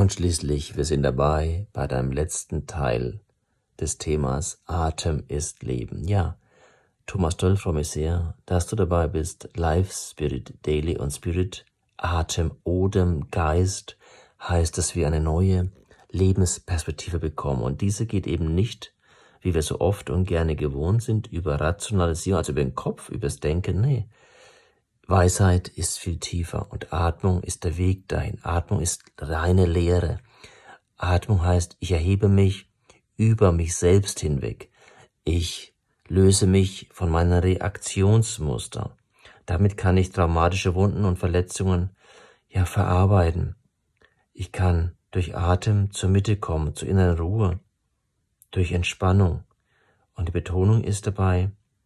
Und schließlich, wir sind dabei bei deinem letzten Teil des Themas Atem ist Leben. Ja, Thomas Doll, freue mich sehr, dass du dabei bist. Life, Spirit, Daily und Spirit, Atem, Odem, Geist, heißt, dass wir eine neue Lebensperspektive bekommen. Und diese geht eben nicht, wie wir so oft und gerne gewohnt sind, über Rationalisierung, also über den Kopf, übers Denken. Nee, Weisheit ist viel tiefer und Atmung ist der Weg dahin. Atmung ist reine Lehre. Atmung heißt, ich erhebe mich über mich selbst hinweg. Ich löse mich von meinen Reaktionsmuster. Damit kann ich traumatische Wunden und Verletzungen verarbeiten. Ich kann durch Atem zur Mitte kommen, zur inneren Ruhe, durch Entspannung. Und die Betonung ist dabei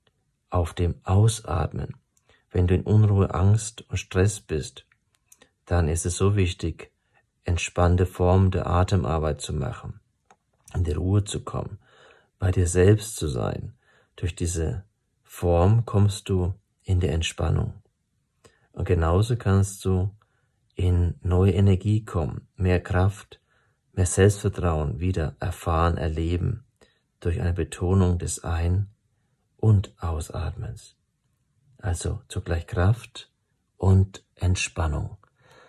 auf dem Ausatmen. Wenn du in Unruhe, Angst und Stress bist, dann ist es so wichtig, entspannte Formen der Atemarbeit zu machen, in die Ruhe zu kommen, bei dir selbst zu sein. Durch diese Form kommst du in die Entspannung. Und genauso kannst du in neue Energie kommen, mehr Kraft, mehr Selbstvertrauen wieder erfahren, erleben, durch eine Betonung des Ein- und Ausatmens. Also zugleich Kraft und Entspannung.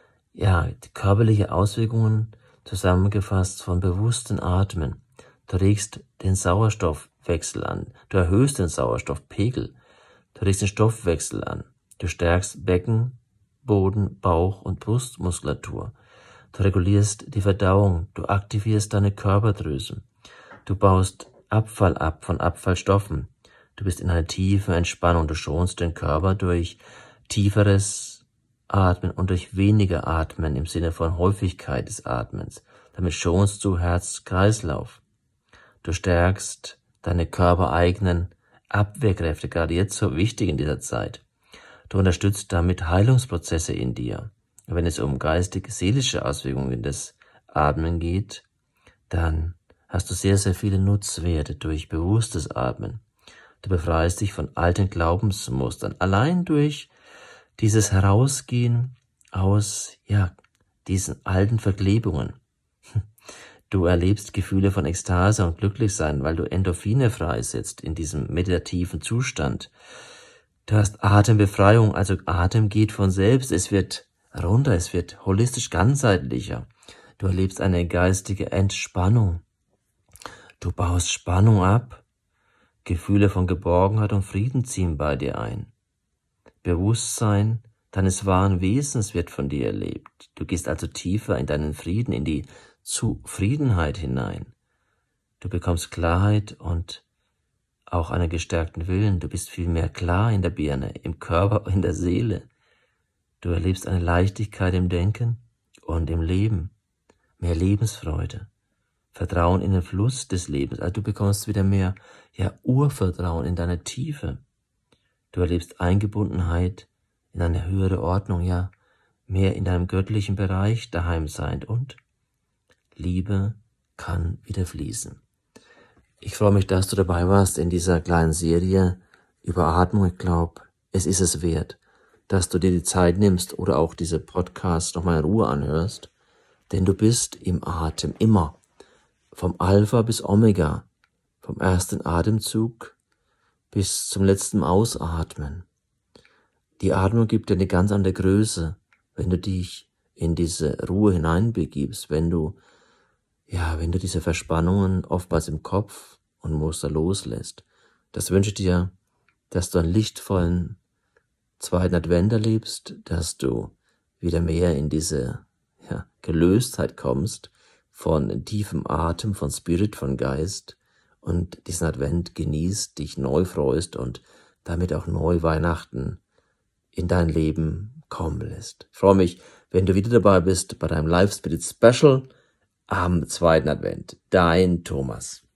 Ja, die körperliche Auswirkungen zusammengefasst von bewusstem Atmen. Du regst den Sauerstoffwechsel an, du erhöhst den Sauerstoffpegel, du regst den Stoffwechsel an, du stärkst Becken, Boden, Bauch und Brustmuskulatur, du regulierst die Verdauung, du aktivierst deine Körperdrüsen, du baust Abfall ab von Abfallstoffen, du bist in einer tiefen Entspannung, du schonst den Körper durch tieferes Atmen und durch weniger Atmen im Sinne von Häufigkeit des Atmens. Damit schonst du Herz-Kreislauf. Du stärkst deine körpereigenen Abwehrkräfte, gerade jetzt so wichtig in dieser Zeit. Du unterstützt damit Heilungsprozesse in dir. Und wenn es um geistig-seelische Auswirkungen des Atmen geht, dann hast du sehr, sehr viele Nutzwerte durch bewusstes Atmen. Du befreist dich von alten Glaubensmustern, allein durch dieses Herausgehen aus, diesen alten Verklebungen. Du erlebst Gefühle von Ekstase und Glücklichsein, weil du Endorphine freisetzt in diesem meditativen Zustand. Du hast Atembefreiung, also Atem geht von selbst, es wird runter, es wird holistisch ganzheitlicher. Du erlebst eine geistige Entspannung. Du baust Spannung ab. Gefühle von Geborgenheit und Frieden ziehen bei dir ein. Bewusstsein deines wahren Wesens wird von dir erlebt. Du gehst also tiefer in deinen Frieden, in die Zufriedenheit hinein. Du bekommst Klarheit und auch einen gestärkten Willen. Du bist viel mehr klar in der Birne, im Körper, in der Seele. Du erlebst eine Leichtigkeit im Denken und im Leben, mehr Lebensfreude. Vertrauen in den Fluss des Lebens. Also du bekommst wieder mehr Urvertrauen in deine Tiefe. Du erlebst Eingebundenheit in eine höhere Ordnung, mehr in deinem göttlichen Bereich daheim sein und Liebe kann wieder fließen. Ich freue mich, dass du dabei warst in dieser kleinen Serie über Atmung. Ich glaube, es ist es wert, dass du dir die Zeit nimmst oder auch diese Podcast nochmal in Ruhe anhörst, denn du bist im Atem immer. Vom Alpha bis Omega, vom ersten Atemzug bis zum letzten Ausatmen. Die Atmung gibt dir eine ganz andere Größe, wenn du dich in diese Ruhe hineinbegibst, wenn du diese Verspannungen oftmals im Kopf und Muster loslässt. Das wünsche ich dir, dass du einen lichtvollen zweiten Advent erlebst, dass du wieder mehr in diese Gelöstheit kommst, von tiefem Atem, von Spirit, von Geist und diesen Advent genießt, dich neu freust und damit auch neu Weihnachten in dein Leben kommen lässt. Ich freue mich, wenn du wieder dabei bist bei deinem Live Spirit Special am zweiten Advent. Dein Thomas.